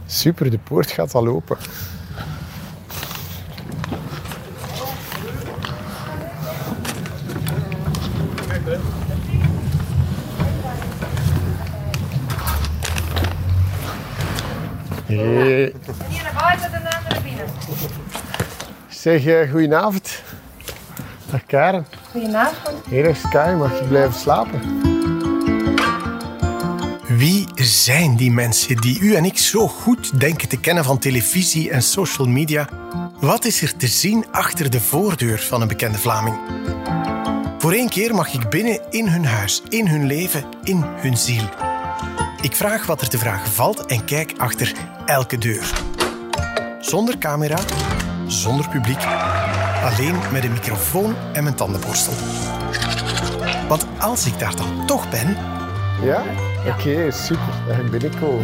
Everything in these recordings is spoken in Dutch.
Super, de poort gaat al open. Hey. En hier naar buiten en de andere binnen. Zeg, goedenavond. Dag Karen. Goedenavond. Hey, dag Sky, mag je blijven slapen? Wie zijn die mensen die u en ik zo goed denken te kennen van televisie en social media? Wat is er te zien achter de voordeur van een bekende Vlaming? Voor 1 keer mag ik binnen in hun huis, in hun leven, in hun ziel. Ik vraag wat er te vragen valt en kijk achter elke deur. Zonder camera, zonder publiek, alleen met een microfoon en mijn tandenborstel. Want als ik daar dan toch ben... Ja? Oké, super. Dan ga ik binnenkomen.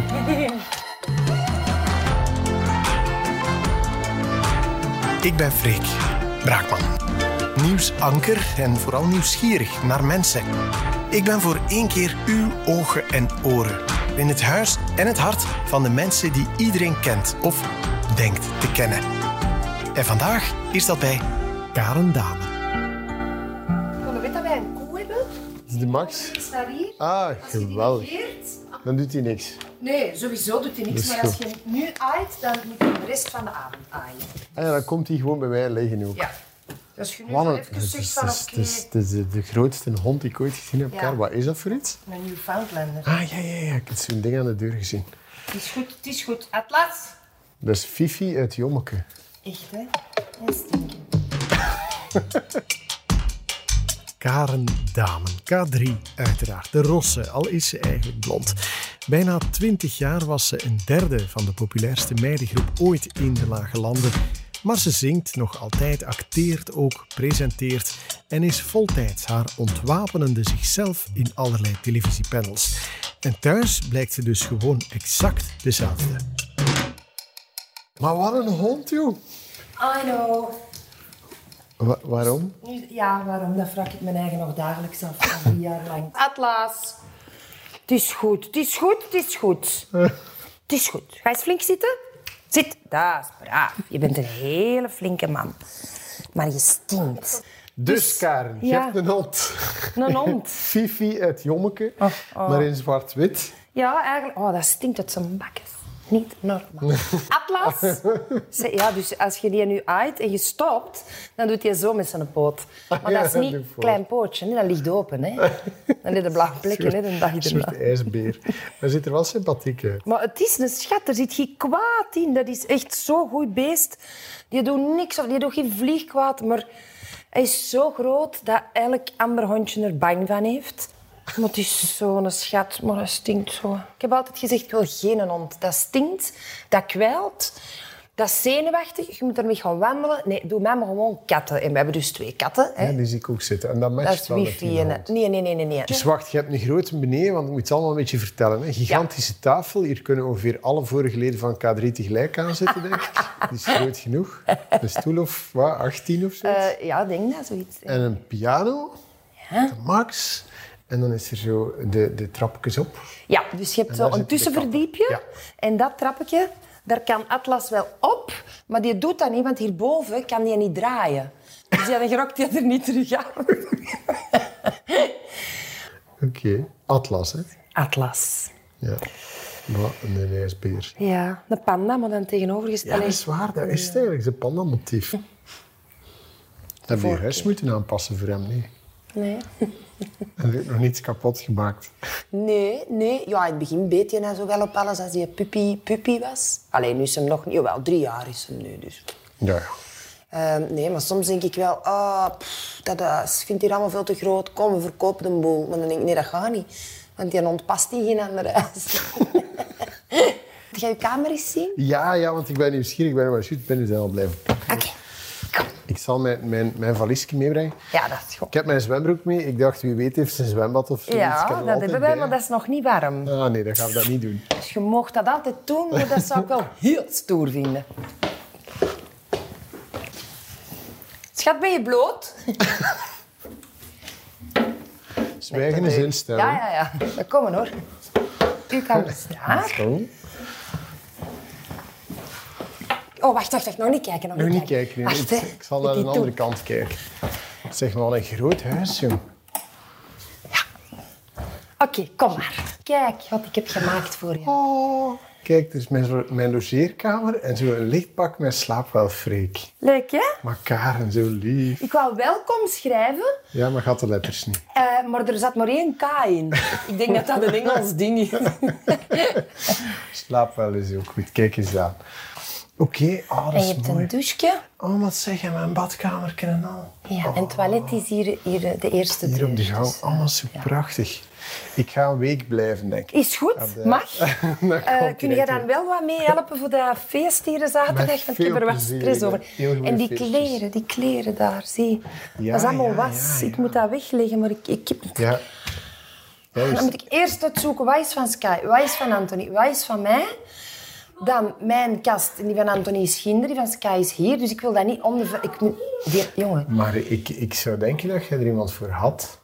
Ik ben Freek Braakman. Nieuwsanker en vooral nieuwsgierig naar mensen. Ik ben voor 1 keer uw ogen en oren. In het huis en het hart van de mensen die iedereen kent of denkt te kennen. En vandaag is dat bij Karen Damen. Je weet dat wij een koe hebben. Dat is de Max. Die staat hier. Ah, Als je die geweldig. negeert... Dan doet hij niks. Nee, sowieso doet hij niks. Dat is Maar als goed. je nu aait, dan moet je de rest van de avond aaien. Ah ja, dan komt hij gewoon bij mij liggen ook. Ja. Dus je nu Man, zo het even zegt van is oké, de grootste hond die ik ooit gezien heb. Ja. Karen, wat is dat voor iets? een Newfoundlander. Ah, ja. Ik heb zo'n ding aan de deur gezien. Het is goed, het is goed. Atlas. Dat is Fifi uit Jommeke. Echt, hè? En stinken. Karen Damen, K3 uiteraard. De rosse, al is ze eigenlijk blond. Bijna 20 jaar was ze een derde van de populairste meidengroep ooit in de Lage Landen. Maar ze zingt nog altijd, acteert ook, presenteert en is voltijds haar ontwapenende zichzelf in allerlei televisiepanels. En thuis blijkt ze dus gewoon exact dezelfde. Maar wat een hond, joh. I know. Waarom? Ja, waarom? Dat vraag ik mijn eigen nog dagelijks af, al 3 jaar lang. Atlas. Het is goed, het is goed, het is goed. Het is goed. Ga eens flink zitten. Zit. Dat is braaf. Je bent een hele flinke man. Maar je stinkt. Dus Karen, je ja. hebt een hond. Een hond. Fifi uit Jommeke, maar in zwart-wit. Ja, eigenlijk... Oh, dat stinkt uit zijn bakjes. Niet normaal. Atlas. Ja, dus als je die nu aait en je stopt, dan doet hij zo met zijn poot. Maar Ja, dat is niet doe een voor. klein pootje, hè. Dat ligt open. Hè. Dan heb je blauwe plekken, hè, de dag Een soort erna. ijsbeer. Maar ziet er wel sympathiek uit. Maar het is een schat, er zit geen kwaad in. Dat is echt zo'n goed beest. Die doet niks, of die doet geen vlieg kwaad, maar hij is zo groot dat elk ander hondje er bang van heeft. Maar het is zo'n schat, maar dat stinkt zo. Ik heb altijd gezegd, ik wil geen hond. Dat stinkt, dat kwijlt, dat is zenuwachtig. Je moet ermee gaan wandelen. Nee, doe mij maar gewoon katten. En we hebben dus 2 katten. Hè. Ja, die zie ik ook zitten. En dat Dat matcht is wel met wifi. die En... hond. Nee. Dus wacht, je hebt een grote beneden, want ik moet het allemaal een beetje vertellen. Een gigantische tafel. Hier kunnen ongeveer alle vorige leden van K3 tegelijk aan zitten, denk ik. Die is groot genoeg. Een stoel of wat, 18 of zo. Ja, ik denk dat, zoiets. En een piano. Ja. De Max. En dan is er zo de trapjes op. Ja, dus je hebt En zo daar een zitten de tussenverdiepje. katten. En dat trappetje, daar kan Atlas wel op. Maar die doet dat niet, want hierboven kan die niet draaien. Dus dan geraakt hij er niet terug aan. Oké. Atlas, hè? Atlas. Ja. Maar een ijsbeer. Ja, de panda, maar dan tegenovergesteld. Ja, dat is waar. Dat is het eigenlijk. Het pandamotief. Dat heb je huis moeten aanpassen voor hem, nee. Nee. En er is nog niets kapot gemaakt. Nee. Ja, in het begin beet je nou zo wel op alles als hij puppy was. Alleen nu is hem nog niet... Jawel, 3 jaar is hem nu, dus... Ja. Nee, maar soms denk ik wel... dat huis vindt hier allemaal veel te groot. Kom, we verkopen de boel. Maar dan denk ik, nee, dat gaat niet. Want die hond past in geen ander huis. Ga je kamer eens zien? Ja, want ik ben nieuwsgierig. Ik ben er maar juist binnen zijn al blijven. Oké. Kom. Ik zal mijn valiesje meebrengen. Ja, dat is goed. Ik heb mijn zwembroek mee. Ik dacht, wie weet heeft ze een zwembad of zoiets. Ik heb Ja, hem dat altijd hebben wij, bij. maar dat is nog niet warm. Ah, nee, dan gaan we dat niet doen. Dus je mocht dat altijd doen, maar dat zou ik wel heel stoer vinden. Schat, ben je bloot? Zwijgen is instellen. Ja. Dat komen hoor. U kan dus daar. Zo. Oh, wacht. Nog niet kijken. Nog niet kijken. Nee. Wacht, Ik zal naar de andere kant kijken. Zeg maar, wat een groot huis, jong. Oké, kom maar. Kijk wat ik heb gemaakt voor je. Oh, kijk, dus mijn logeerkamer en zo'n lichtbak met slaapwelfreak. Leuk, hè? Maar Karen, zo lief. Ik wou welkom schrijven, Ja, maar gaat de letters niet. maar er zat maar 1 K in. Ik denk dat dat een Engels ding is. Slaapwel is ook goed. Kijk eens aan. Oké, dat En je is hebt mooi. een douche. Oh, wat zeg je, mijn badkamer en al. Ja, en het toilet is hier de eerste Hier deur. op de gang. Dus, Allemaal zo prachtig. Ik ga een week blijven, denk ik. Is goed, mag. Dat komt Kun jij dan wel wat meehelpen voor dat feest hier zaterdag? Met Want ik heb er wat veel stress plezier, over. heel goede En feestjes. die kleren daar, zie. Ja, dat is allemaal ja, was. ja, Ik ja. moet dat wegleggen, maar ik heb... Ja. Dan moet ik eerst uitzoeken, wat is van Sky, wat is van Anthony, wat is van mij. Dan mijn kast, en die van Anthony is ginder, die van Sky is hier. Dus ik wil dat niet onder... Jongen. Maar ik zou denken dat je er iemand voor had.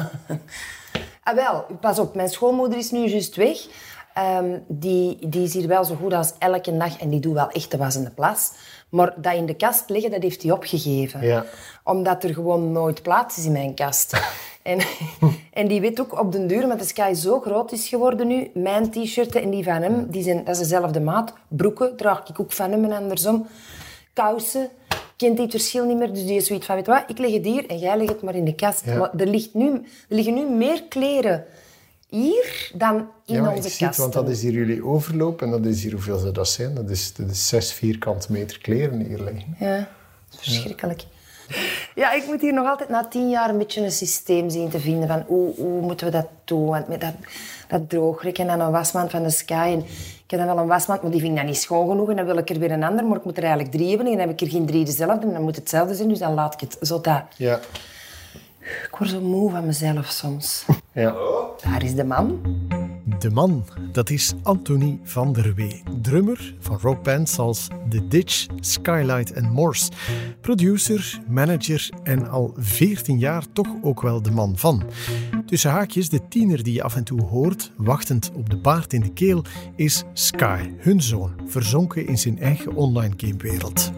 Wel, pas op, mijn schoonmoeder is nu juist weg. Die is hier wel zo goed als elke dag en die doet wel echt de was en de plas. Maar dat in de kast leggen, dat heeft hij opgegeven. Ja. Omdat er gewoon nooit plaats is in mijn kast. En die weet ook op den duur, omdat de Sky zo groot is geworden nu, mijn t-shirten en die van hem, dat is dezelfde maat. Broeken draag ik ook van hem en andersom. Kousen, kent hij het verschil niet meer. Dus die is zoiets van, weet je wat, ik leg het hier en jij legt het maar in de kast. Ja. Maar er liggen nu meer kleren hier dan in Ja, maar onze ik zie het, kasten. want dat is hier jullie overloop en dat is hier, hoeveel zou dat zijn? Dat is 6 vierkante meter kleren hier liggen. Ja, dat is verschrikkelijk. Ja, ik moet hier nog altijd na 10 jaar een beetje een systeem zien te vinden van hoe moeten we dat doen? Want met dat droogrek en dan een wasmand van de Sky. En ik heb dan wel een wasmand, maar die vind ik dan niet schoon genoeg. En dan wil ik er weer een ander, maar ik moet er eigenlijk 3 hebben. En dan heb ik er geen 3 dezelfde. En dan moet het hetzelfde zijn, dus dan laat ik het zo dat. Ja. Ik word zo moe van mezelf soms. Ja. Daar is de man. De man, dat is Anthony van der Wee, drummer van rockbands als The Ditch, Skylight en Morse, producer, manager en al 14 jaar toch ook wel de man van. Tussen haakjes, de tiener die je af en toe hoort, wachtend op de baard in de keel, is Sky, hun zoon, verzonken in zijn eigen online gamewereld.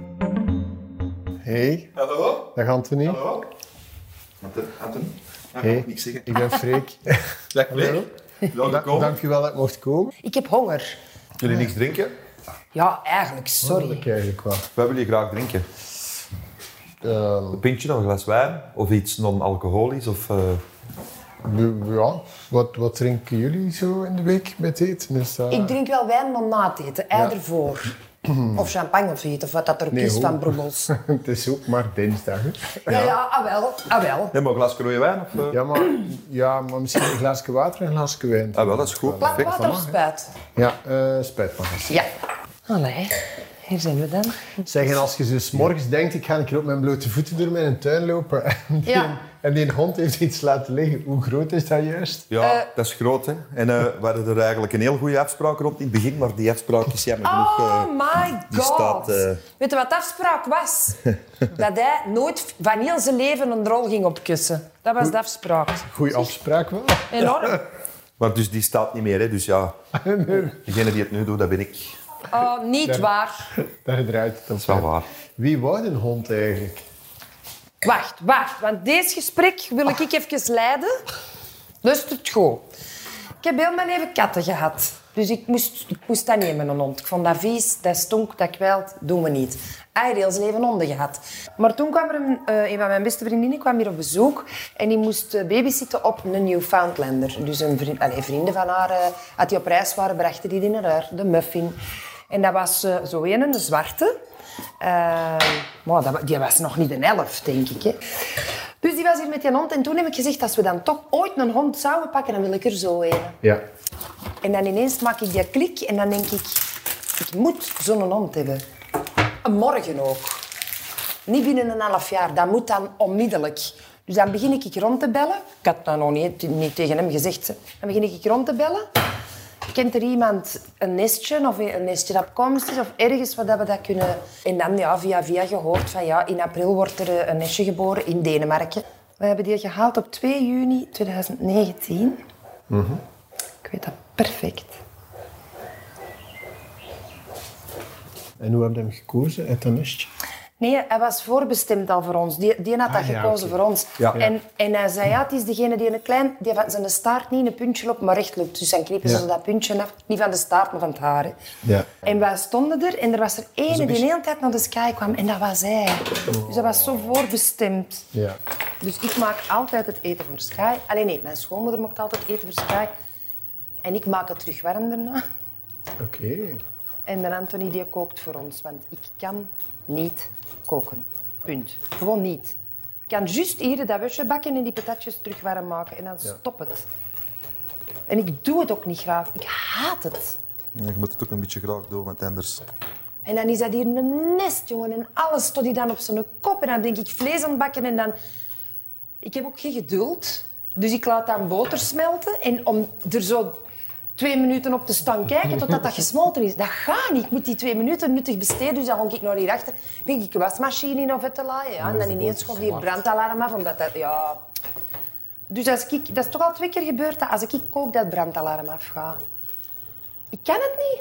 Hey. Hallo? Dag Anthony. Hallo? Anton? Ja, ik Hey, mag niks zeggen. ik ben Freek. Dag Freek. Welkom. Dank je wel dat ik mocht komen. Ik heb honger. Jullie niks drinken? Ja, eigenlijk, sorry. Dat eigenlijk wel. Wat willen jullie graag drinken? Een pintje of een glas wijn? Of iets non-alcoholisch? Of, Ja, wat drinken jullie zo in de week met eten? Is dat... Ik drink wel wijn, maar na het eten. Ei ervoor. Of champagne of zoiets, of wat dat er ook Nee, is hoor. van brommels. Het is ook maar dinsdag. Hè? Ja, ah wel. Neem maar een glas rode wijn? Of, Ja, maar misschien een glaasje water en een glaasje wijn. Ah, wel, dat is goed. Plat Perfect. water of spuit? Ja, spijt maar vast. Ja. Allee, hier zijn we dan. Zeg, en als je dus 's morgens denkt, ik ga een keer op mijn blote voeten door mijn tuin lopen en die hond heeft iets laten liggen, hoe groot is dat juist? Ja, dat is groot, hè. En we hadden er eigenlijk een heel goede afspraak rond in het begin, maar die afspraak is jammer genoeg... Oh my die god. staat, Weet je wat de afspraak was? Dat hij nooit van heel zijn leven een drol ging opkussen. Dat was de afspraak. Goeie afspraak wel. Enorm. Maar dus die staat niet meer, hè. Dus ja, degene die het nu doet, dat ben ik. Oh, niet waar. Daar draait het om. Dat is wel waar. Wie wou een hond eigenlijk? Wacht. Want deze gesprek wil ik even leiden. Luistert goed. Ik heb heel mijn leven katten gehad. Dus ik moest dat nemen, een hond. Ik vond dat vies, dat stonk, dat kwelt. Doen we niet. Hij had heel zijn leven honden gehad. Maar toen kwam er een van mijn beste vriendinnen kwam hier op bezoek. En die moest babysitten op een Newfoundlander. Dus vrienden van haar, als die op reis waren, brachten die naar haar. De Muffin. En dat was zo een zwarte. Maar die was nog niet een 11, denk ik. Hè. Dus die was hier met die hond. En toen heb ik gezegd, als we dan toch ooit een hond zouden pakken, dan wil ik er zo een. Ja. En dan ineens maak ik die klik en dan denk ik moet zo'n hond hebben. Morgen ook. Niet binnen een half jaar, dat moet dan onmiddellijk. Dus dan begin ik rond te bellen. Ik had dat nog niet tegen hem gezegd. Dan begin ik rond te bellen. Kent er iemand een nestje of een nestje dat komst is of ergens waar we dat kunnen... En dan via gehoord van in april wordt er een nestje geboren in Denemarken. We hebben die gehaald op 2 juni 2019. Mm-hmm. Ik weet dat perfect. En hoe heb je hem gekozen uit dat nestje? Nee, hij was voorbestemd al voor ons. Die had dat gekozen voor ons. Ja. En hij zei, het is degene die van zijn staart niet een puntje loopt, maar recht loopt. Dus dan knippen ze dat puntje af. Niet van de staart, maar van het haar. Hè. Ja. En wij stonden er en er was er ene die de hele tijd naar de Sky kwam. En dat was hij. Dus dat was zo voorbestemd. Ja. Dus ik maak altijd het eten voor Sky. Alleen nee, mijn schoonmoeder maakt altijd eten voor Sky. En ik maak het terug warm daarna. Oké. En dan Anthony die kookt voor ons, want ik kan niet koken. Punt. Gewoon niet. Ik kan juist hier dat wasje bakken en die patatjes terug warm maken en dan stop het. En ik doe het ook niet graag. Ik haat het. Je moet het ook een beetje graag doen, want anders... En dan is dat hier een nest, jongen. En alles stond hij dan op zijn kop. En dan denk ik vlees aan het bakken en dan... Ik heb ook geen geduld. Dus ik laat dan boter smelten. En om er zo 2 minuten op te staan kijken totdat dat gesmolten is, dat gaat niet. Ik moet die 2 minuten nuttig besteden. Dus dan ga ik naar hierachter. Ben ik een wasmachine in of het te laaien. Ja. En dan ineens komt die brandalarm af. Omdat dat... Ja... Dus dat is toch al 2 keer gebeurd dat als ik kook, dat braandalarm afgaat. Ik kan het niet.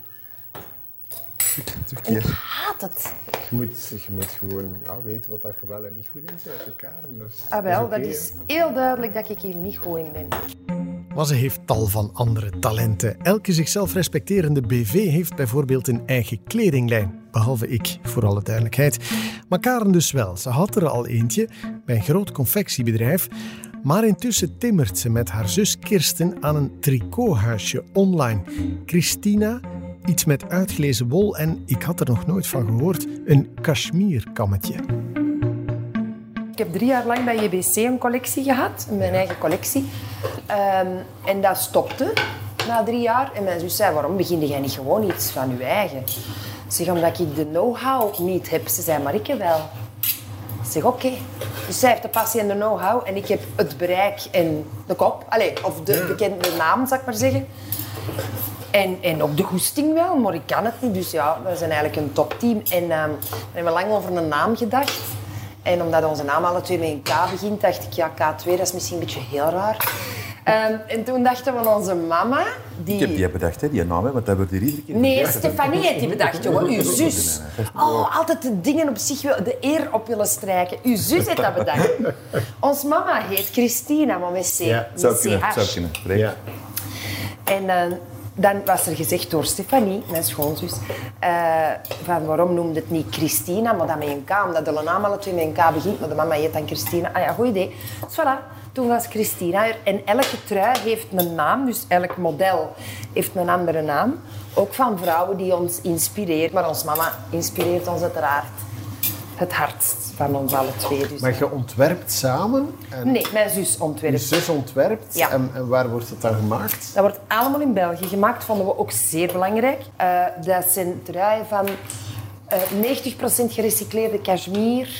En ik haat het. Je moet gewoon weten wat je wel en niet goed in bent uit elkaar. Dat is heel duidelijk dat ik hier niet goed in ben. Maar ze heeft tal van andere talenten. Elke zichzelf respecterende BV heeft bijvoorbeeld een eigen kledinglijn. Behalve ik, voor alle duidelijkheid. Maar Karen dus wel. Ze had er al eentje bij een groot confectiebedrijf. Maar intussen timmert ze met haar zus Kirsten aan een tricothuisje online. Christina, iets met uitgelezen wol en, ik had er nog nooit van gehoord, een cashmere-kammetje. Ik heb 3 jaar lang bij JBC een collectie gehad, mijn eigen collectie. En dat stopte na 3 jaar. En mijn zus zei, waarom begin jij niet gewoon iets van je eigen? Ik zeg, omdat ik de know-how niet heb. Ze zei, maar ik wel. Ik zeg, oké. Dus zij heeft de passie en de know-how en ik heb het bereik en de kop. Of de bekende naam, zal ik maar zeggen. En ook de goesting wel, maar ik kan het niet. Dus ja, we zijn eigenlijk een topteam. En we hebben lang over een naam gedacht. En omdat onze naam alle twee met een K begint, dacht ik, ja, K2, dat is misschien een beetje heel raar. En toen dachten we aan onze mama. Ik heb die bedacht, hè, die naam, hè, want dat wordt hier iedere keer... Nee, Stefanie heeft die bedacht, jongen. Uw zus. Oh, altijd de dingen op zich, de eer op willen strijken. Uw zus heeft dat bedacht. Ons mama heet Christina, maar met C. Ja, zou kunnen. Ja. En dan was er gezegd door Stefanie, mijn schoonzus, van waarom noemde het niet Christina, maar dan met een K, omdat de naam alle twee met een K begint, maar de mama heet dan Christina. Ah ja, goed idee. Dus voilà. Toen was Christina er. En elke trui heeft een naam, dus elk model heeft een andere naam. Ook van vrouwen die ons inspireren. Maar ons mama inspireert ons uiteraard het hardst van ons alle twee. Dus. Maar je ontwerpt samen? Nee, mijn zus ontwerpt. Je zus ontwerpt? Ja. En waar wordt het dan gemaakt? Dat wordt allemaal in België gemaakt, vonden we ook zeer belangrijk. Dat zijn truien van 90% gerecycleerde cashmere.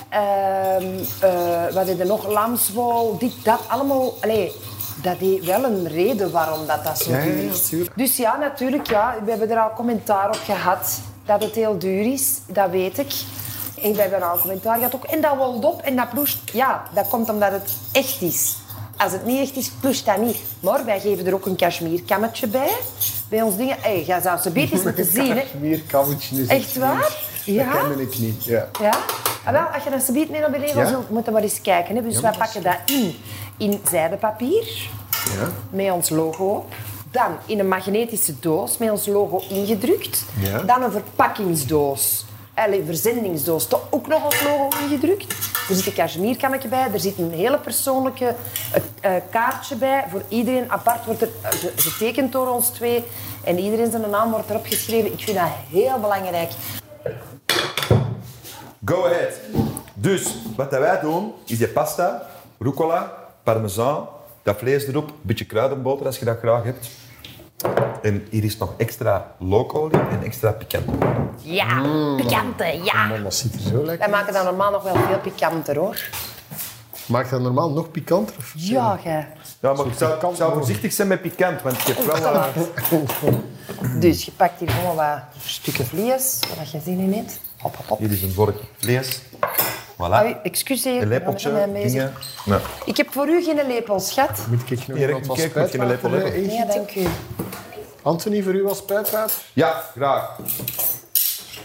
Wat is er nog? Lamswol, dit, dat. Allemaal... dat heeft wel een reden waarom dat zo duur is. Ja, dus ja, natuurlijk, ja, we hebben er al commentaar op gehad dat het heel duur is. Dat weet ik. En we hebben al commentaar gehad ook. En dat wolt op en dat ploest. Ja, dat komt omdat het echt is. Als het niet echt is, ploest dat niet. Maar wij geven er ook een cashmere-kammetje bij ons dingen. Hey, jij zou ze beter eens moeten zien. Cashmere-kammetje is echt waar? Ja. Dat kende ik niet. Ja. Ja? Wel, als je dat subiet mee naar beneden wil, moet je maar eens kijken. Hè. Dus wij pakken dat in zijdepapier, met ons logo op. Dan in een magnetische doos, met ons logo ingedrukt. Ja. Dan een verpakkingsdoos. Verzendingsdoos, toch ook nog ons logo ingedrukt. Er zit een cashmere-kammetje bij, er zit een hele persoonlijke kaartje bij. Voor iedereen apart wordt er getekend door ons twee. En iedereen zijn naam wordt erop geschreven. Ik vind dat heel belangrijk. Go ahead. Dus, wat wij doen, is die pasta, rucola, parmezaan, dat vlees erop, een beetje kruidenboter als je dat graag hebt. En hier is nog extra lookolie en extra pikant. Ja, pikante, ja. Man, dat ziet er zo lekker Wij maken dat normaal nog wel veel pikanter, hoor. Maakt dat normaal nog pikanter? Of Ja, jij. Ja, maar ik zou voorzichtig zijn met pikant, want ik heb wel... Dus je pakt hier gewoon wat stukken vlees, zodat je zin in hebt. Hop, hop, hop. Hier is een vork vlees. Voilà. Oei, excuseer. Een lepeltje, dingen. Nee. Ik heb voor u geen lepel, schat. Moet ik nog Hier, wat kijk, moet je een lepel spuitwater hebben? Nee, dank u. Anthony, voor u was spuitwater? Ja, graag.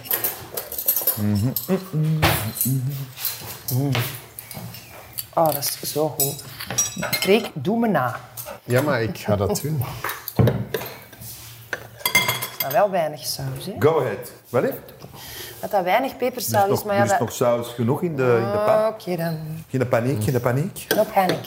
Oh, dat is zo goed. Freek, doe me na. Ja, maar ik ga dat doen. Maar wel weinig saus, hè? Go ahead. Wat heeft? Dat weinig pepersaus is, maar ja... Er is nog saus genoeg in de pan. Oké, dan. Geen paniek. No panic.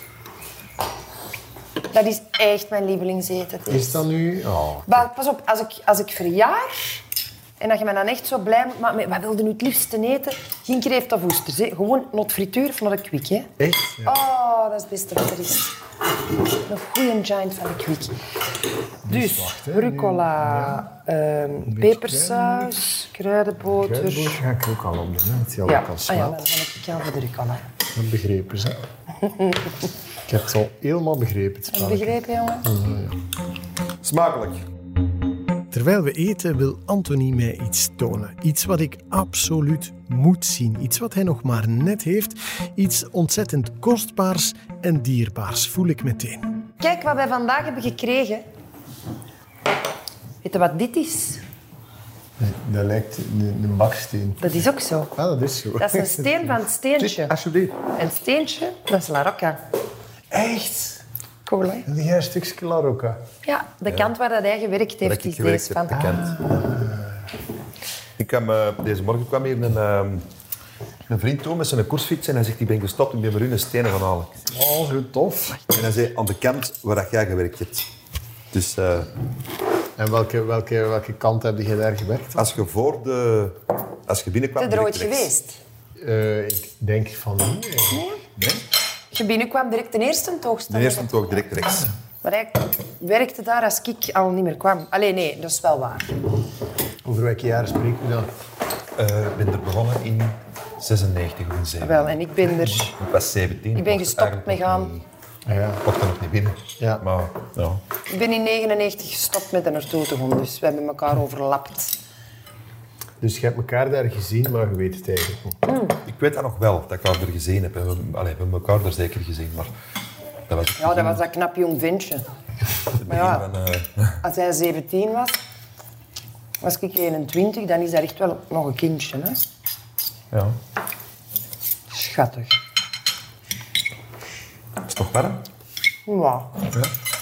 Dat is echt mijn lievelingseten. Is dat nu? Oh. Maar pas op, als ik verjaar en dat je me dan echt zo blij moet maken met wat wilde nu het liefste eten, geen kreeft of oesters. Hè. Gewoon not frituur of not een kwik. Hè. Echt? Ja. Oh, dat is het beste wat er is. Een goede giant van de kwik. Dus, wacht, hè, rucola, pepersaus, kruidenboter. Kruidenboter ga ik ook al op doen, hè, dat hij al Ja, kan ja, smelten. dan ga ik aan voor de rucola. Dat begrepen ze. Ik heb het al helemaal begrepen. Het Heb je spelletje. begrepen, jongen? Smakelijk. Terwijl we eten wil Anthony mij iets tonen. Iets wat ik absoluut moet zien. Iets wat hij nog maar net heeft. Iets ontzettend kostbaars en dierbaars, voel ik meteen. Kijk wat wij vandaag hebben gekregen. Weet je wat dit is? Dat lijkt een baksteen. Dat is ook zo. Ah, dat is zo. Dat is een steen van het steentje. Alsjeblieft. En het steentje, dat is La Rocca. Echt? Cool, hè? Dat is een stukje La Rocca. Ja, de kant waar dat hij gewerkt heeft, Dat ik is gewerkt deze heb, van. bekend. Deze morgen kwam hier een vriend toe met zijn koersfiets en hij zegt, ik ben gestopt en ik ben bij u een stenen gaan halen. Oh, zo tof. En hij zei, aan de kant waar dat jij gewerkt hebt. Dus En welke kant heb je daar gewerkt? als je binnenkwam... Is er ooit direct rechts. geweest? Ik denk van niet. Eigenlijk. Nee? Je binnenkwam direct de eerste toog De eerste toch direct rechts. Maar hij werkte daar als ik al niet meer kwam. Allee, nee, dat is wel waar. Over welke jaren spreken we dan? Ik ben er begonnen in 96 of in 7. Wel, en ik ben er... Ik was 17. Ik ben mocht gestopt eigenlijk met nog gaan. niet- Ah, ja. mocht er nog niet binnen. Ja. Maar ja. Ik ben in 99 gestopt met er naartoe te gaan, dus we hebben elkaar overlapt. Dus je hebt elkaar daar gezien, maar je weet het eigenlijk niet. Ik weet dat nog wel, dat ik haar er gezien heb. We hebben elkaar er zeker gezien, maar dat was het Ja, dat was dat knap jong ventje. begin Maar ja, van... als hij 17 was, was ik 21, dan is dat echt wel nog een kindje. Hè? ja. Schattig. Is het nog warm? Ja. Ja.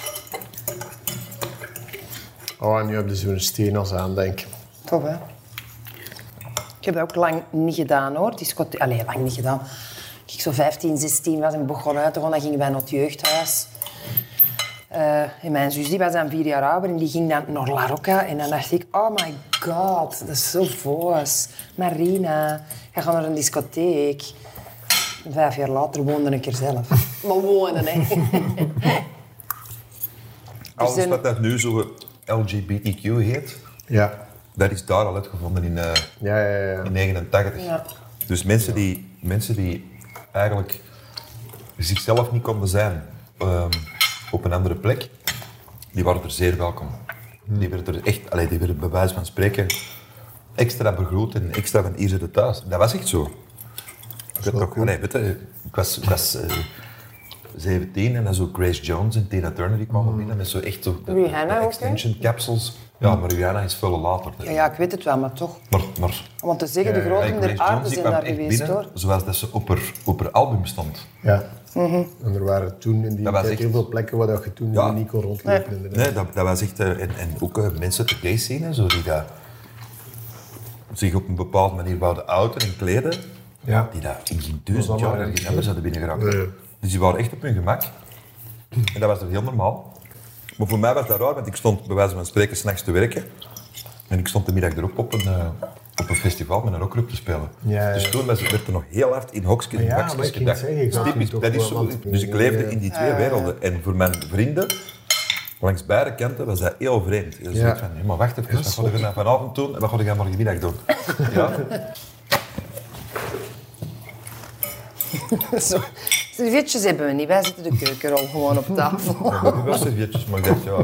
Oh, en nu heb je zo'n steen als aandenken. Tof, hè? Ik heb dat ook lang niet gedaan, hoor. Allee, lang niet gedaan. Als ik zo 15, 16 was en begon uit te gaan, dan gingen wij naar het jeugdhuis. En mijn zus die was dan 4 jaar ouder en die ging dan naar La Rocca. En dan dacht ik, oh my god, dat is zo voos. Marina, ga gaan naar een discotheek. En 5 jaar later woonde ik er zelf. Maar wonen, hè. Alles zijn- wat dat nu zo LGBTQ heet, Ja. dat is daar al uitgevonden in Ja. 1989. Ja. Dus mensen die eigenlijk zichzelf niet konden zijn op een andere plek, die waren er zeer welkom. Die werden er echt, die werden bij wijze van spreken extra begroet en extra van hier zitten thuis. Dat was echt zo. Ik was 17 en dan zo Grace Jones en Tina Turner die kwamen binnen met zo echt zo de Rihanna ook, hè? extension capsules. Ja, maar Rihanna is veel later. Ja, ik weet het wel, maar toch. Maar Want te zeggen, de groten Grace der aarde Jones die zijn kwam daar echt geweest, binnen hoor. zoals dat ze op haar album stond. Ja. En er waren toen in die Dat was tijd echt- heel veel plekken waar dat je toen Ja. niet kon rondlopen. inderdaad. Nee, dat was echt... en ook mensen uit de gay scene, zo, die dat zich op een bepaalde manier wouden outen en kleden, Ja. die dat in geen 1000 allemaal jaar ergens anders hadden binnengeraakt. Nee. Dus die waren echt op hun gemak. En dat was er heel normaal. Maar voor mij was dat raar, want ik stond bij wijze van spreken 's nachts te werken. En ik stond de middag erop op een festival met een rockgroep te spelen. Ja. Dus toen werd er nog heel hard in hokjes en Ja, bakjes maar ik ging gedacht. zeggen, ik Dat is had typisch, toen dat toch is wel zo. wat- Dus ik leefde in die twee werelden. En voor mijn vrienden, langs beide kanten, was dat heel vreemd. Je Ja. van, maar wacht even, wat ga je nou vanavond doen en wat ga je morgenmiddag doen? Ja? Zo. Servietjes hebben we niet, wij zetten de keukenrol gewoon op tafel. We hebben wel servietjes, maar ik dacht, ja,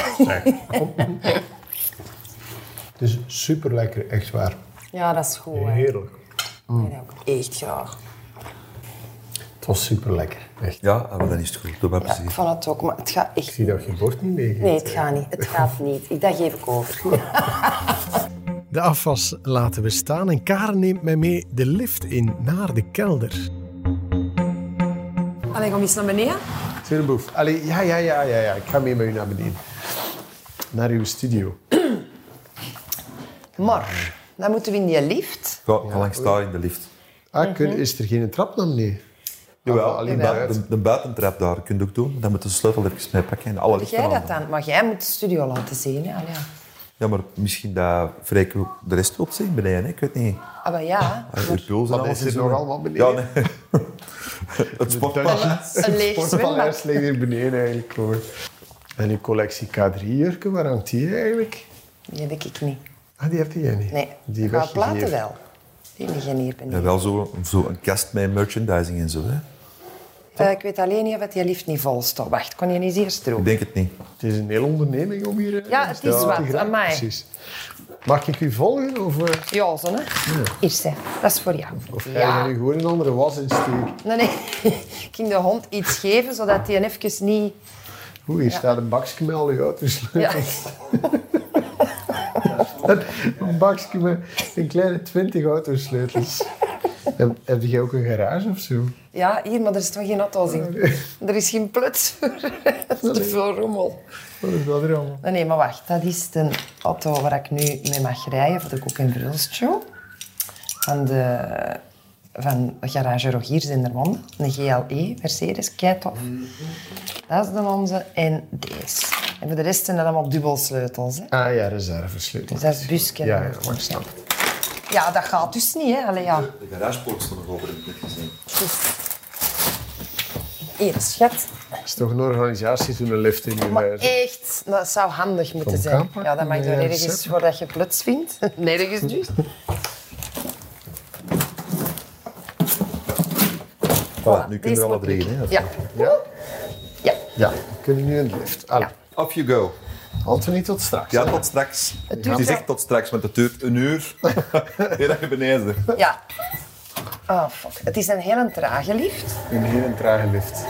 Het is super lekker, echt waar. Ja, dat is goed. Hè. Heerlijk. Ik heb dat ook echt graag. Het was super lekker, echt. ja, maar dan is het goed. Doe maar Ja, plezier. ik vond het ook, maar het gaat Ik echt... zie dat je bord niet meegeeft. Nee, het gaat niet. Het gaat niet. Dat geef ik over. De afwas laten we staan en Karen neemt mij mee de lift in naar de kelder. Allee, kom eens naar beneden. Zijn boef. Allee, ja. Ik ga mee met u naar beneden. Naar uw studio. Maar, dan moeten we in die lift. Ga langs daar in de lift. Is er geen trap naar beneden? Jawel, alleen de buitentrap daar kun je ook doen. Dan moet je de sleutel even mee pakken en alle Doe lichten jij aan. dat dan? Maar jij moet de studio laten zien. Hè? Allee, ja. Ja, maar misschien dat Freek ook de rest wilt zien beneden, hè? Ik weet niet. Ah, maar ja. Je puls en Maar alles dit is is nog er. allemaal beneden. Ja, nee. Het sportpaleis. Een leeg Sportpaleis zwembad. ligt hier beneden eigenlijk gewoon. En uw collectie K3-jurken, waar hangt die eigenlijk? Die heb ik niet. Die heb jij niet? Nee, Die ga platen weggegeven. wel. Die liggen hier beneden. Ja, wel zo een kast met merchandising en zo. Hè? Ik weet alleen niet of het die lift niet vol staat. Wacht, kon je niet eerst Ik erop? denk het niet. Het is een hele onderneming om hier... Ja, het is wat. te geraken. Amai. Precies. Mag ik u volgen? Of Ja, zo hè. Hier, zeg. Dat is voor jou. ga je nu gewoon een andere was insteken? Nee. Ik ging de hond iets geven, zodat hij even niet... Oeh, hier staat een bakje met al uw autosleutels. Ja. Een bakje met een kleine 20 autosleutels. Heb jij ook een garage of zo? Ja, hier, maar er is toch geen auto's in. Er is geen plots voor. Dat is te veel rommel. Wat is dat er allemaal? Nee, maar wacht. Dat is de auto waar ik nu mee mag rijden voor de Koek en Verhulst-show. Van de garage Rogiers in Dermonde. Een GLE Mercedes, keitof. Dat is de onze en deze. En voor de rest zijn dat allemaal dubbelsleutels. Hè. Ah ja, reservesleutels. Dus dat is busken. Ja, maar ik snap. Ja, dat gaat dus niet, hè. Allee, ja. De garagepoort stond nog over, heb ik net gezien. Hier, schat. Het is toch een organisatie zo'n lift in uw Maar huis. echt, dat zou handig moeten Kom, zijn. aanpakken, Ja, dat mag ja, door ergens recept. voordat je plots vindt. Nergens dus. Voilà, nu kunnen deze we alle moet drie. ik. Hè? Ja. Ja? Ja. Ja, we kunnen nu in de lift. Allee. Off you go. Anthony, tot straks. Ja, tot straks. Het duurt is wel- echt tot straks, want het duurt een uur. Eer dat je beneden bent. Ja. Oh, fuck. Het is een hele trage lift. Een hele trage lift.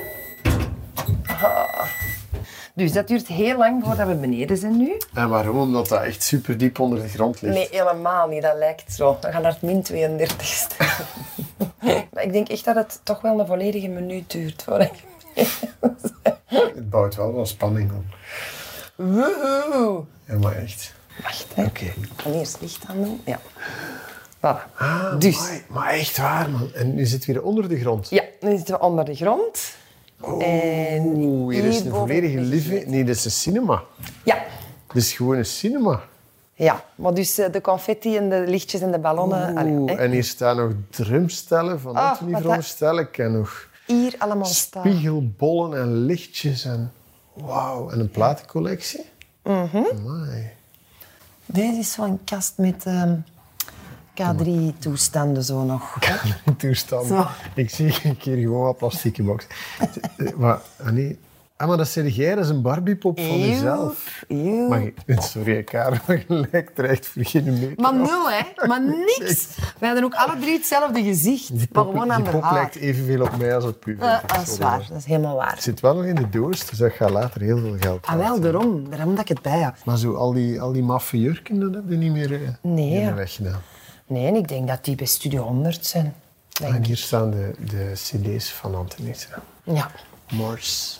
Dus dat duurt heel lang voordat we beneden zijn nu. En waarom? Omdat dat echt super diep onder de grond ligt. Nee, helemaal niet. Dat lijkt zo. We gaan naar het min 32 staan. Maar ik denk echt dat het toch wel een volledige minuut duurt voordat ik... Het bouwt wel wat spanning op. Woehoe. Ja, maar echt. Wacht, hè. Oké. Ik ga eerst licht aan doen. Ja. Voilà. Ah, Dus. maar echt waar, man. En nu zitten we weer onder de grond. Ja, nu zitten we onder de grond. Oeh, hier is een hierboven volledige ligt living. Nee, dit is een cinema. Ja. Dit is gewoon een cinema. Ja, maar dus de confetti en de lichtjes en de ballonnen. allee, hè. En hier staan nog drumstellen van Ah, Anthony, wat veronderstel ik. En nog Hier allemaal staan. spiegelbollen en lichtjes. En wauw, en een platencollectie. Amai. Deze is zo'n kast met K3-toestanden zo nog. Toestand. Zo. Ik zie een keer gewoon wat plastieke box. Maar, nee. Maar dat zeg jij, dat is een Barbiepop van jezelf. Eeuw. Maar sorry, Karel, maar je lijkt er echt voor geen meter Maar op. nul, hè? Maar niks. We hadden ook alle drie hetzelfde gezicht. Die maar pop, gewoon aan die de pop haar. lijkt evenveel op mij als op u. Dat is waar. Dat is helemaal waar. Het zit wel nog in de doos, dus dat gaat later heel veel geld Ah, wel, daarom dat ik het bij heb. Maar zo al die maffe jurken, dat heb je niet meer, Nee, niet meer ja. weggedaan. Nee, en ik denk dat die bij Studio 100 zijn. Denk En ik. hier staan de cd's van Antonis. Ja. Morse.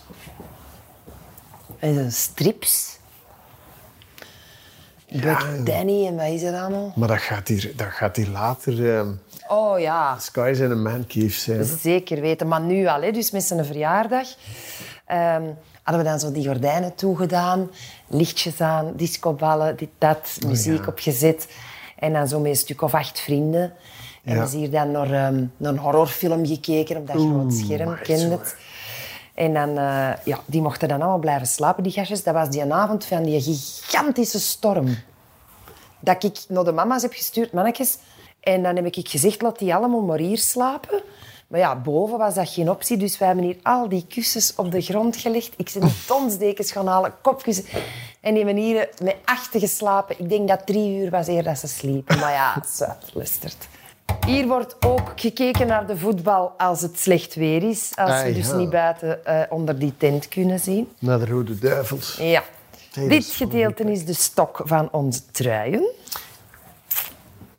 En de strips. Black Danny en wat is dat allemaal? Maar dat gaat hier later Oh ja. Skies in a Man Cave zijn. hè? Zeker weten, maar nu al, hè, dus met zijn verjaardag, hadden we dan zo die gordijnen toegedaan, lichtjes aan, discoballen, dit, dat, muziek opgezet. En dan zo met een stuk of 8 vrienden. En Ja. we zijn hier dan naar een horrorfilm gekeken op dat groot scherm, maar echt kende zo, het. En dan, ja, die mochten dan allemaal blijven slapen, die gastjes. Dat was die avond van die gigantische storm. Dat ik naar de mama's heb gestuurd, mannetjes. En dan heb ik gezegd, laat die allemaal maar hier slapen. Maar ja, boven was dat geen optie. Dus wij hebben hier al die kussens op de grond gelegd. Ik ben tonsdekens gaan halen, kopkussen. En die hebben hier met 8 geslapen. Ik denk dat 3 uur was eer dat ze sliepen. Maar ja, het is uitgelusterd. Hier wordt ook gekeken naar de voetbal als het slecht weer is. Als we dus ja. niet buiten onder die tent kunnen zien. Naar de Rode Duivels. Ja. Hey, dat Dit is gedeelte is de stok van onze truien.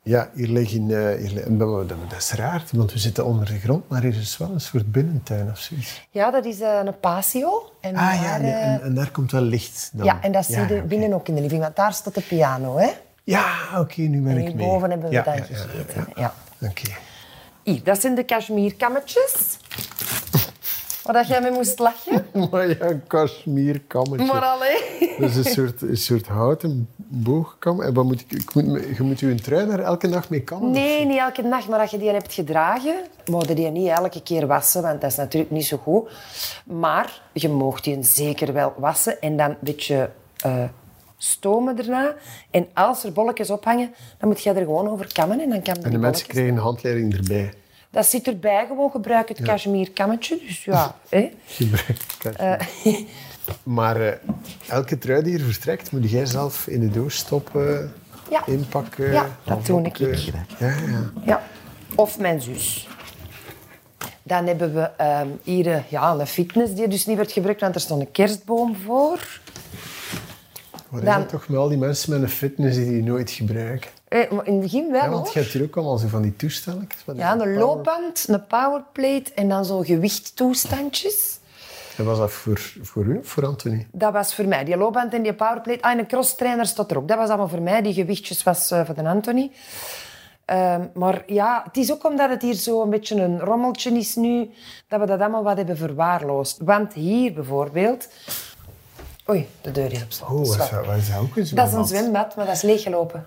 Ja, hier liggen... dat is raar, want we zitten onder de grond, maar hier is wel een soort binnentuin of zoiets. Ja, dat is een patio. En En daar komt wel licht dan. Ja, en dat zie je oké. binnen ook in de living, want daar staat de piano, hè. Ja, oké, nu ben En ik mee. hierboven hebben we Ja, dan ja, gegeten. ja. Ja. Oké. Hier, dat zijn de cashmerekammetjes. Waar jij mee moest lachen. Maar ja, een kashmirkammetje. Maar allee. Dat is een soort houten boogkam. En wat moet je moet je trui daar elke nacht mee kammen? Nee, niet elke nacht, maar als je die hebt gedragen, moet je die niet elke keer wassen, want dat is natuurlijk niet zo goed. Maar je mag die zeker wel wassen en dan een beetje stomen erna. En als er bolletjes ophangen, dan moet je er gewoon over kammen en dan kan En de mensen krijgen een handleiding erbij. Dat zit erbij, gewoon gebruik het cashmere-kammetje. Dus ja, hè. Gebruik kashmir. Maar elke trui die hier vertrekt, moet jij zelf in de doos stoppen, Ja. inpakken. Ja, dat doe ik. Ja. Ja. Of mijn zus. Dan hebben we hier een fitness die dus niet wordt gebruikt, want er stond een kerstboom voor. Wat is Dan- dat toch met al die mensen met een fitness die nooit gebruiken? Maar in het begin wel, Ja, want je hoor. hebt hier ook allemaal zo van die toestellen. Ja, een loopband, een powerplate en dan zo gewichttoestandjes. En was dat voor u of voor Anthony? Dat was voor mij. Die loopband en die powerplate. En een crosstrainer stond er ook. Dat was allemaal voor mij. Die gewichtjes was voor de Anthony. Maar ja, het is ook omdat het hier zo een beetje een rommeltje is nu, dat we dat allemaal wat hebben verwaarloosd. Want hier bijvoorbeeld... Oei, de deur is op slot. Oh, wat Slap. is dat ook een Dat is zwembad? een zwembad, maar dat is leeggelopen.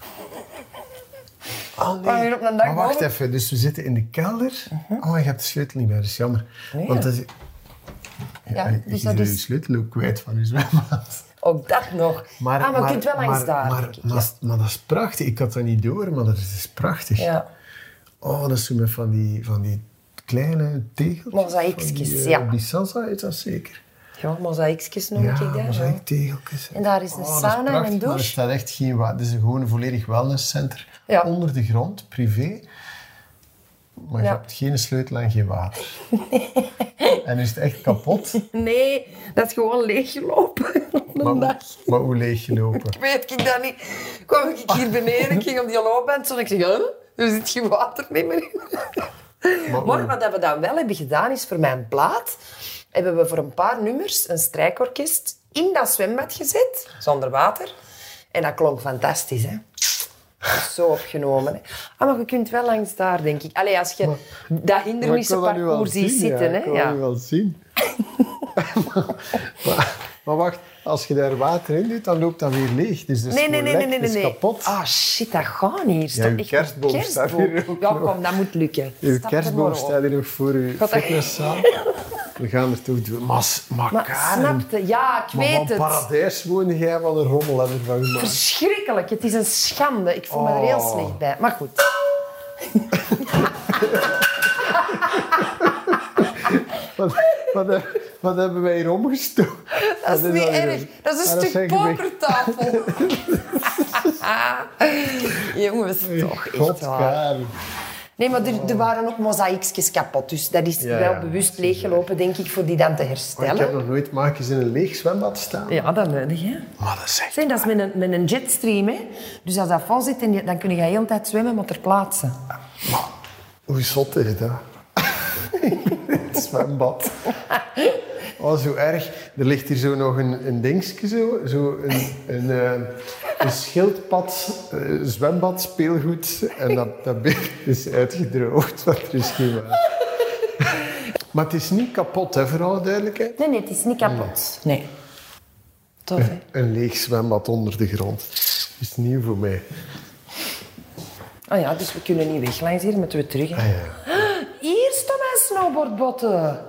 Oh, Maar hier op een dak Maar wacht boven. even, dus we zitten in de kelder. Oh, je hebt de sleutel niet bij, dat is jammer. Oh, ja. Want dat is... Ja, je dus bent dat je is... sleutel ook kwijt van je zwembad. Ook dat nog. Maar je kunt wel langs daar, denk ik. Ja. Maar dat is prachtig. Ik had dat niet door, maar dat is prachtig. Ja. Oh, dat is zo met van die kleine tegeltjes. Mozaïekjes, van die, ja. Bissalsa is dat zeker? Ja, mozaïekjes noem Ja, ik dat. mozaïektegeltjes. En daar is een dat is sauna en prachtig, een maar er douche. staat echt geen water. Het is gewoon een volledig wellnesscenter. Ja. Onder de grond, privé. Maar je Ja. hebt geen sleutel en geen water. En is het echt kapot? Nee, dat is gewoon leeggelopen op een dag. Maar hoe leeggelopen? Ik weet ik dat niet. Kwam ik hier beneden, ik ging op die loopband en ik zeg, huh? Er zit geen water meer in. Maar wat we dan wel hebben gedaan, is voor mijn plaat, hebben we voor een paar nummers een strijkorkest in dat zwembad gezet, zonder water. En dat klonk fantastisch, hè. Dat is zo opgenomen, hè. Ah, maar je kunt wel langs daar, denk ik. Allee, als je dat hindernissenparcours ziet zitten, hè. Ik kan dat nu wel zien. maar wacht, als je daar water in doet, dan loopt dat weer leeg. Dus dat is gewoon lek, dat is kapot. Ah, shit, dat gaat niet. Ja, uw kerstboom staat hier ook Ja, nog. kom, dat moet lukken. Uw Stap er maar kerstboom op. staat hier nog voor uw dat- fitnesszaal. We gaan er toch doen. Maar Maar Karen, snapte? Ja, ik maar weet van het. paradijs woonde jij van een rommel hebben van gemaakt. Verschrikkelijk. Het is een schande. Ik voel me er heel slecht bij. Maar goed. Wat hebben wij hier omgestoken? Dat is Wat niet dat erg. weer? Dat is Ah, een stuk zijn gewicht. pokertafel. Jongens, toch echt God, waar. Karen. Nee, maar er waren ook mozaïekjes kapot. Dus dat is Ja, wel ja. bewust leeggelopen, denk ik, voor die dan te Maar ik herstellen. heb nog nooit maakjes in een leeg zwembad staan. Ja, dat nodig, hè. Maar dat is echt... Zeg, dat is met een jetstream, hè. Dus als dat vol zit, dan kun je de hele tijd zwemmen, maar ter plaatse. Hoe zot is dat? Het zwembad. Oh, zo erg. Er ligt hier zo nog een dingetje, zo een schildpad, zwembad, speelgoed. En dat beeld is uitgedroogd, want er is geen water. Maar het is niet kapot, hè, voor alle duidelijkheid. Nee, het is niet kapot. Nee. Tof, hè. Een leeg zwembad onder de grond. Dat is nieuw voor mij. Oh ja, dus we kunnen niet weg langs hier, moeten we terug. Hè. Ah, ja. Hier staan mijn snowboardbotten.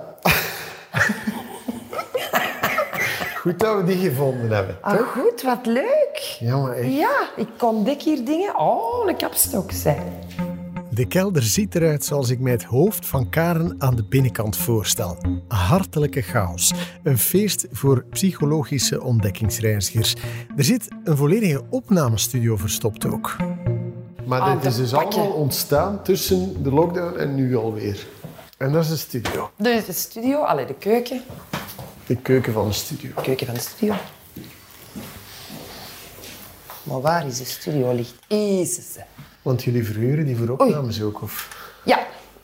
Goed dat we die gevonden hebben, Ah, toch? goed, wat leuk. Ja, maar echt. Ja, ik ontdek hier dingen. Oh, een kapstok, zeg. De kelder ziet eruit zoals ik mij het hoofd van Karen aan de binnenkant voorstel. Een hartelijke chaos. Een feest voor psychologische ontdekkingsreizigers. Er zit een volledige opnamestudio verstopt ook. Maar Ah, dit is dus dat pakje. allemaal ontstaan tussen de lockdown en nu alweer. En dat is de studio. Dus de studio, allee, de keuken. De keuken van de studio. De keuken van de studio. Maar waar is de studio ligt? Is ze. Want jullie verhuren die voor opnames ook, of? Ja.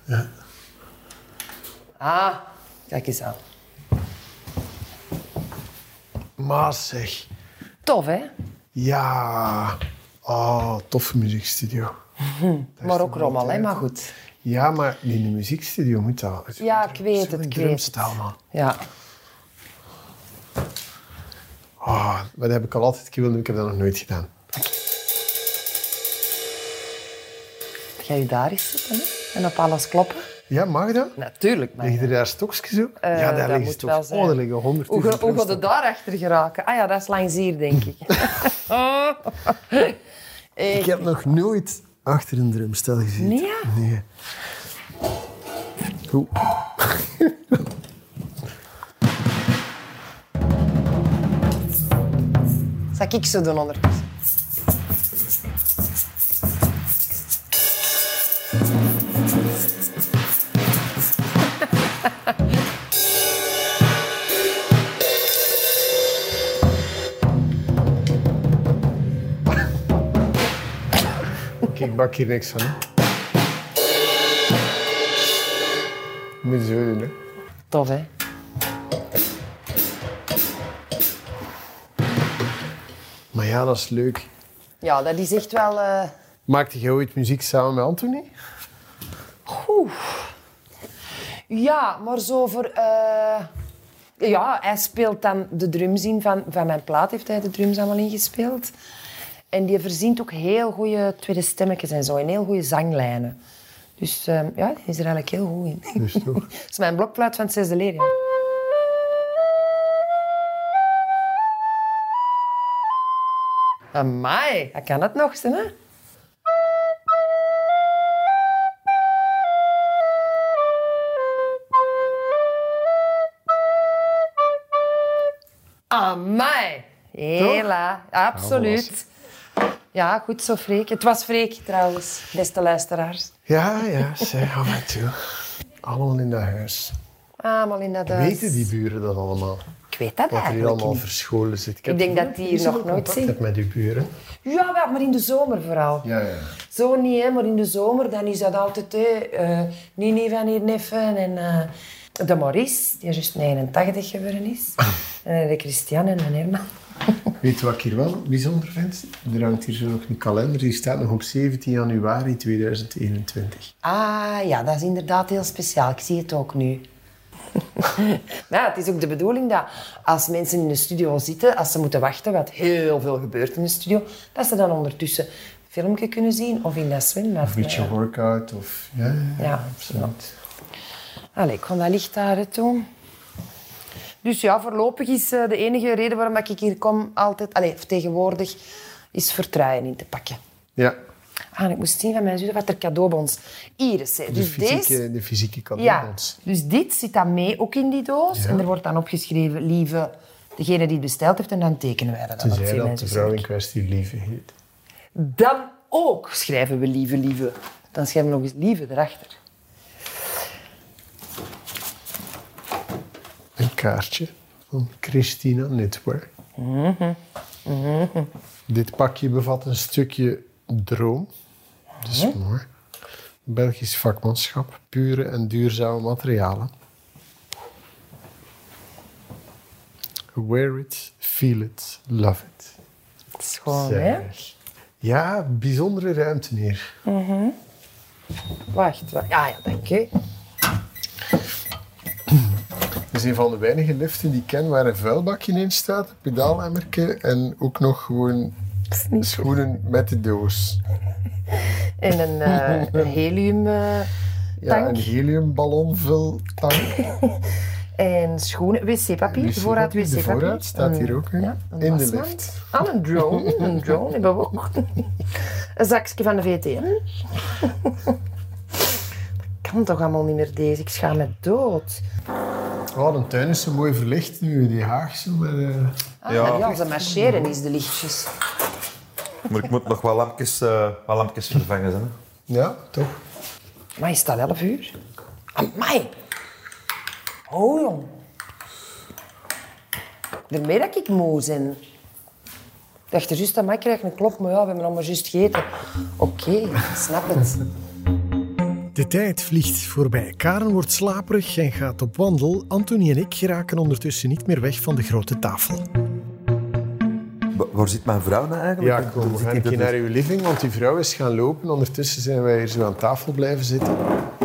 Ah, kijk eens aan. Maar zeg. Tof, hè? Ja. Toffe muziekstudio. Maar ook rommel, hè? Maar goed. Ja, maar in de muziekstudio moet dat. Ja, ik weet het, ik weet het. Man. Ja. Dat heb ik al altijd willen doen, ik heb dat nog nooit gedaan. Ga je daar eens zitten, hè? En op alles kloppen? Ja, mag dat? Natuurlijk, maar. Liggen er daar stokjes op? Ja, daar dat liggen moet ze wel toch. zijn. Er liggen 100 Hoe gaat het daarachter geraken? Ah ja, dat is langs hier, denk ik. Ik heb nog nooit achter een drumstel gezeten. Nee, ja? Nee. Goed. Zal ik zo doen ondertussen? Ik bak hier niks van, hè. Moet je zo doen, hè. Tof, hè? Maar ja, dat is leuk. Ja, dat is echt wel... Maakte jij ooit muziek samen met Anthony? Ja, maar zo voor... Ja, hij speelt dan de drums in van mijn plaat. Heeft hij de drums allemaal ingespeeld. En die verzint ook heel goede tweede stemmetjes en zo. En heel goede zanglijnen. Dus ja, die is er eigenlijk heel goed in. Dus toch? Dat is mijn blokfluit van het 6e leerjaar. Amai, hij kan het nog, hè? Amai. Hela, absoluut. Ja, goed zo, Freek. Het was Freek, trouwens, beste luisteraars. Ja, zeg af en toe. Allemaal in dat huis. Allemaal in dat huis. Weten die buren dat allemaal? Ik weet dat Dat er hier eigenlijk allemaal niet. verscholen zit. Ik denk dat die hier nog nooit contact zien. hebt met die buren. Ja, wel, maar in de zomer vooral. Ja. Zo niet, hè, maar in de zomer dan is dat altijd Nini van hier neffen en de Maurice, die juist 89 geworden is. En de Christian en de Herman. Weet je wat ik hier wel bijzonder vind? Er hangt hier zo nog een kalender. Die staat nog op 17 januari 2021. Ah ja, dat is inderdaad heel speciaal. Ik zie het ook nu. Maar ja, het is ook de bedoeling dat als mensen in de studio zitten, als ze moeten wachten, wat heel veel gebeurt in de studio, dat ze dan ondertussen een filmpje kunnen zien of in dat zwembad. Of een beetje workout. Of, Ja, absoluut. Allee, ik ga dat licht daar doen. Dus ja, voorlopig is de enige reden waarom ik hier kom altijd, of tegenwoordig, is voor truien in te pakken. Ja, En ik moest zien van mijn zus wat er cadeaubons. Hier is het. Dus de fysieke ja, cadeaubons. dus dit zit dan mee ook in die doos. Ja. En er wordt dan opgeschreven, lieve, degene die het besteld heeft. En dan tekenen wij dat. Tenzij op dat de vrouw in kwestie Lieve heet. Dan ook schrijven we lieve. Dan schrijven we nog eens lieve erachter. Een kaartje van Christina Knitwear. Dit pakje bevat een stukje droom. Dat is mooi. Belgisch vakmanschap, pure en duurzame materialen. Wear it, feel it, love it. Het is gewoon, hè? Zeg. Ja, bijzondere ruimte hier. Wacht. Ja, dank je. Het is een van de weinige liften die ik ken waar een vuilbakje in staat, een pedaalemmerke en ook nog gewoon schoenen met de doos. En een helium Ja, tank. een heliumballonvultank. En schoenen, wc-papier. De voorraad De wc-papier. voorraad staat hier ook in, Ja, een in de wasmand. lift. Ah, een drone. Een drone hebben we ook. Een zakje van de VTM. Dat kan toch allemaal niet meer deze. Ik schaam me dood. Oh, de tuin is zo mooi verlicht nu, die haag zo met... Ja, ze marcheren is de lichtjes. Maar ik moet nog wat lampjes vervangen. Hè. Ja, toch? Maar is dat 11 uur? Amai. Oh, jong. Daarmee dat ik moe ben. Ik dacht er juist aan, ik krijg een klop, maar ja, we hebben allemaal juist gegeten. Oké, snap het. De tijd vliegt voorbij. Karen wordt slaperig en gaat op wandel. Anthony en ik geraken ondertussen niet meer weg van de grote tafel. Waar zit mijn vrouw nou eigenlijk? Ja, kom, we gaan een keer naar uw living, want die vrouw is gaan lopen. Ondertussen zijn wij hier zo aan tafel blijven zitten.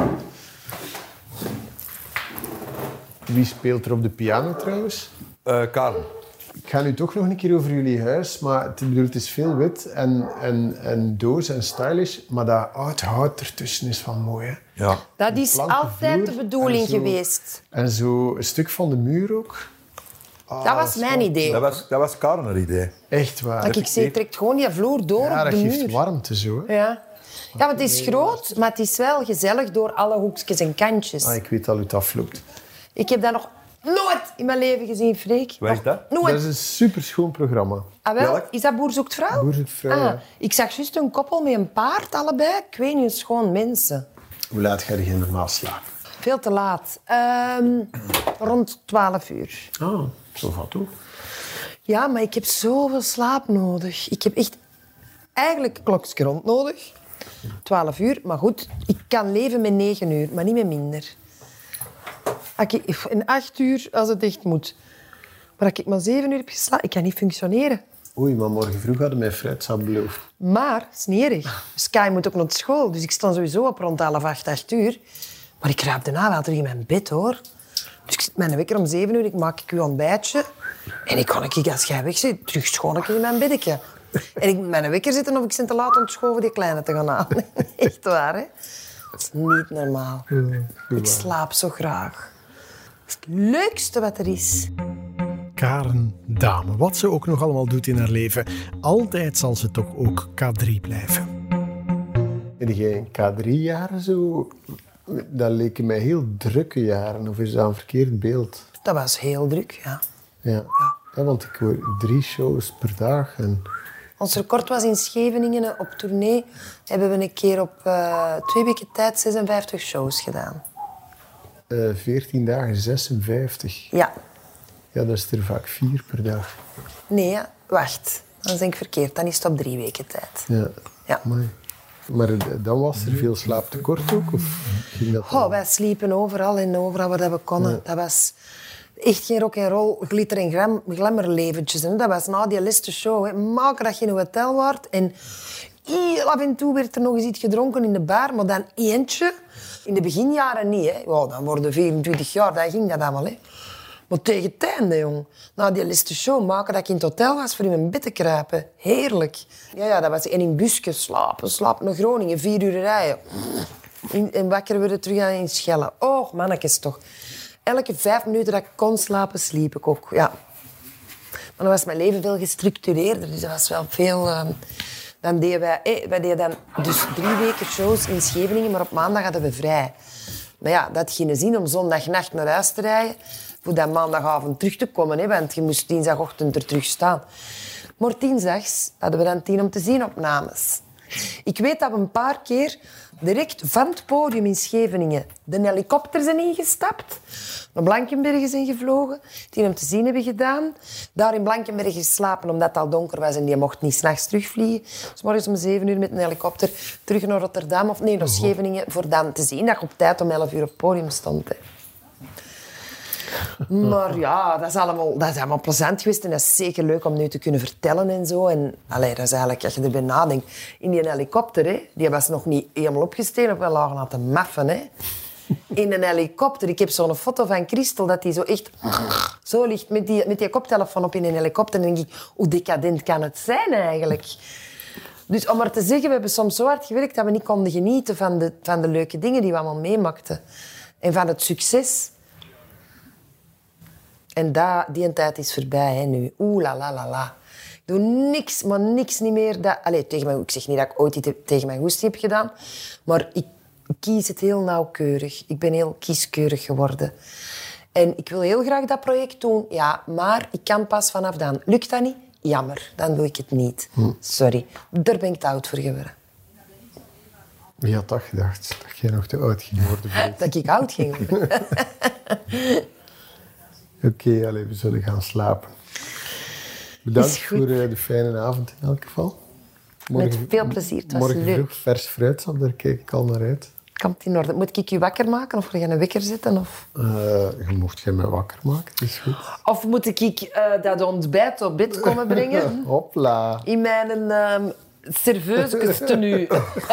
Wie speelt er op de piano trouwens? Karen. Ik ga nu toch nog een keer over jullie huis, maar het is veel wit en doos en stylish, maar dat oud hout ertussen is van mooi. Hè? Ja. Dat is planken altijd vloer de bedoeling en zo. geweest. En zo een stuk van de muur ook. Dat was mijn idee. Dat was Karen haar idee. Echt waar. Dat ik zei, trekt gewoon die vloer door Ja, op dat de geeft muur. warmte zo. Hè? Ja. Ja, want het is groot, maar het is wel gezellig door alle hoekjes en kantjes. Ik weet al hoe het afloopt. Ik heb dat nog nooit in mijn leven gezien, Freek. Wat is dat? Nooit. Dat is een superschoon programma. Ah, wel? Welk? Is dat Boer zoekt vrouw? Boer zoekt vrouw, ja. Ik zag juist een koppel met een paard allebei. Ik weet niet, schoon mensen. Hoe laat ga je normaal slapen? Veel te laat. Rond 12 uur. Ah, zo valt ook. Ja, maar ik heb zoveel slaap nodig. Ik heb echt eigenlijk een klokje rond nodig. 12 uur, maar goed. Ik kan leven met 9 uur, maar niet met minder. In 8 uur, als het echt moet. Maar als ik maar 7 uur heb geslapen, ik kan niet functioneren. Oei, maar morgen vroeg hadden mij fruitsap beloofd. Maar, het is niet erg. Sky moet ook naar school, dus ik sta sowieso op rond 8 uur. Maar ik raap daarna wel terug in mijn bed, hoor. Dus ik zit mijn wekker om 7 uur, ik maak uw ontbijtje. En ik kan, als jij weg zit, terug schoon in mijn beddetje. En ik moet mijn wekker zitten of ik zit te laat om te schoven die kleine te gaan halen. Echt waar, hè? Dat is niet normaal. Ik slaap zo graag. Dat is het leukste wat er is. Karen Dame, wat ze ook nog allemaal doet in haar leven. Altijd zal ze toch ook K3 blijven. Heb jij K3-jaren zo? Dat leken mij heel drukke jaren. Of is dat een verkeerd beeld? Dat was heel druk, ja. Ja, want ik hoor 3 shows per dag. En... Ons record was in Scheveningen. Op tournee hebben we een keer op 2 weken tijd 56 shows gedaan. 14 dagen 56. Ja. Ja, dat is er vaak 4 per dag. Nee, ja. Wacht. Dan denk ik verkeerd. Dan is het op 3 weken tijd. Ja. Ja. Amai. Maar dan was er veel slaaptekort ook? Of ging dat Oh, wij sliepen overal en overal waar we konden. Ja. Dat was echt geen rock'n'roll, glitter- en glamour leventjes. Hè. Dat was na die laatste show. Hè. Maken dat je in een hotel wordt. En heel af en toe werd er nog eens iets gedronken in de bar, maar dan eentje. In de beginjaren niet. Hè. Oh, dan worden 24 jaar, dan ging dat allemaal. Hè. Maar tegen het einde, jong. Na die laatste show maken dat ik in het hotel was voor in mijn bed te kruipen. Heerlijk. Ja, dat was en in busjes slapen naar Groningen, 4 uur rijden. En wakker worden terug aan in Schellen. Oh, mannetjes toch. Elke 5 minuten dat ik kon slapen, sliep ik ook. Ja. Maar dan was mijn leven veel gestructureerder. Dus dat was wel veel... Dan deden wij deden dan dus 3 weken shows in Scheveningen, maar op maandag hadden we vrij. Maar ja, dat had geen zin om zondagnacht naar huis te rijden, voor dan maandagavond terug te komen, hè, want je moest dinsdagochtend er terug staan. Maar dinsdags hadden we dan 10 om te zien opnames. Ik weet dat we een paar keer direct van het podium in Scheveningen de helikopter zijn ingestapt, naar Blankenberge zijn gevlogen, 10 om te zien hebben gedaan, daar in Blankenberge geslapen omdat het al donker was en die mocht niet 's nachts terugvliegen. Dus morgens om 7 uur met een helikopter terug naar Rotterdam of nee, naar Scheveningen voor dan te zien dat je op tijd om 11 uur op het podium stond. Hè. Maar ja, dat is allemaal plezant geweest en dat is zeker leuk om nu te kunnen vertellen en zo. En allee, dat is eigenlijk, als je erbij nadenkt, in die helikopter, hè, die was nog niet helemaal opgestegen, we lagen aan te maffen. Hè. In een helikopter. Ik heb zo'n foto van Christel dat die zo echt zo ligt met die koptelefoon op in een helikopter. En dan denk ik, hoe decadent kan het zijn eigenlijk? Dus om maar te zeggen, we hebben soms zo hard gewerkt dat we niet konden genieten van de leuke dingen die we allemaal meemaakten. En van het succes. En die tijd is voorbij, hè, nu. Oeh, la, la, la, la. Ik doe niks, maar niks niet meer. Ik zeg niet dat ik ooit iets tegen mijn goesting heb gedaan, maar ik kies het heel nauwkeurig. Ik ben heel kieskeurig geworden. En ik wil heel graag dat project doen, ja, maar ik kan pas vanaf dan. Lukt dat niet? Jammer, dan doe ik het niet. Sorry, daar ben ik te oud voor geworden. Wie had dat gedacht? Dat jij nog te oud ging worden voor dit? Dat ik oud ging worden. Oké, we zullen gaan slapen. Bedankt Is goed. voor de fijne avond in elk geval. Met veel plezier, het was morgen leuk. vroeg vers fruitsap, daar kijk ik al naar uit. Komt in orde. Moet ik je wakker maken of ga je een wekker zetten? Je mocht jij mij wakker maken, dat is goed. Of moet ik dat ontbijt op bed komen brengen? Hopla. In mijn serveuse tenue.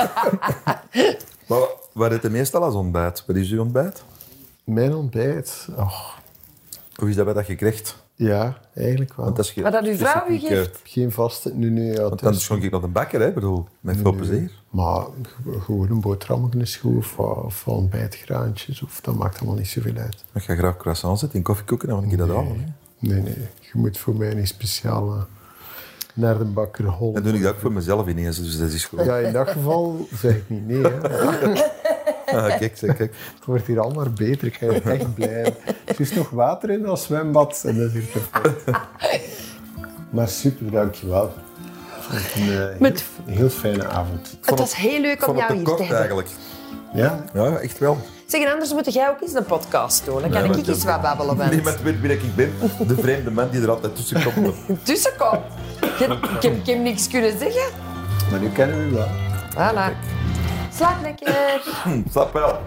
Maar wat eet je meestal als ontbijt? Wat is uw ontbijt? Mijn ontbijt? Oh, Hoe is dat wat dat je krijgt? ja, eigenlijk wel. Want dat is Wat dat uw vrouw u specifiek, geeft? Geen vaste... Nu, ja, Want dan schonk ik naar de bakker, hè? Ik bedoel, met veel plezier. Maar gewoon een boterhammetje is goed, of ontbijtgraantjes, of dat maakt allemaal niet zoveel uit. Ik ga graag croissants zetten in koffiekoeken, dan wil ik dat halen. hè. Nee, je moet voor mij niet speciaal naar de bakker hollen. Dan doe ik dat ook voor mezelf ineens, dus dat is goed. Ja, in dat geval zeg ik niet nee. Hè. Kijk. Het wordt hier al maar beter, ik ga er echt blij. Er is nog water in als zwembad en dat is hier perfect. Maar super, dankjewel. Met- Een heel fijne avond. Het was heel leuk Ik om vond het jou te hier te kort hebben. eigenlijk. Ja? Ja, echt wel. Zeg, en anders moet jij ook eens een podcast doen. Dan kan Nee, ik maar eens wat babbelen. Van. Niemand weet wie ik ben. De vreemde man die er altijd tussen komt. Tussenkom. Ik heb niks kunnen zeggen. Maar nu kennen we u wel. Voilà. Slaap lekker. Slap wel.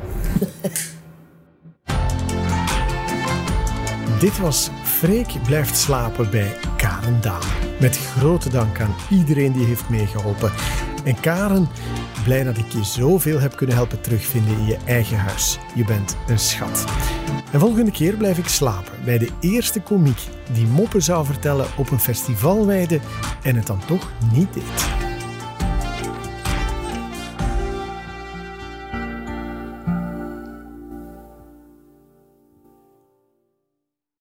Dit was Freek blijft slapen bij Karen Daan. Met grote dank aan iedereen die heeft meegeholpen. En Karen, blij dat ik je zoveel heb kunnen helpen terugvinden in je eigen huis. Je bent een schat. En volgende keer blijf ik slapen bij de eerste komiek die moppen zou vertellen op een festivalweide en het dan toch niet deed.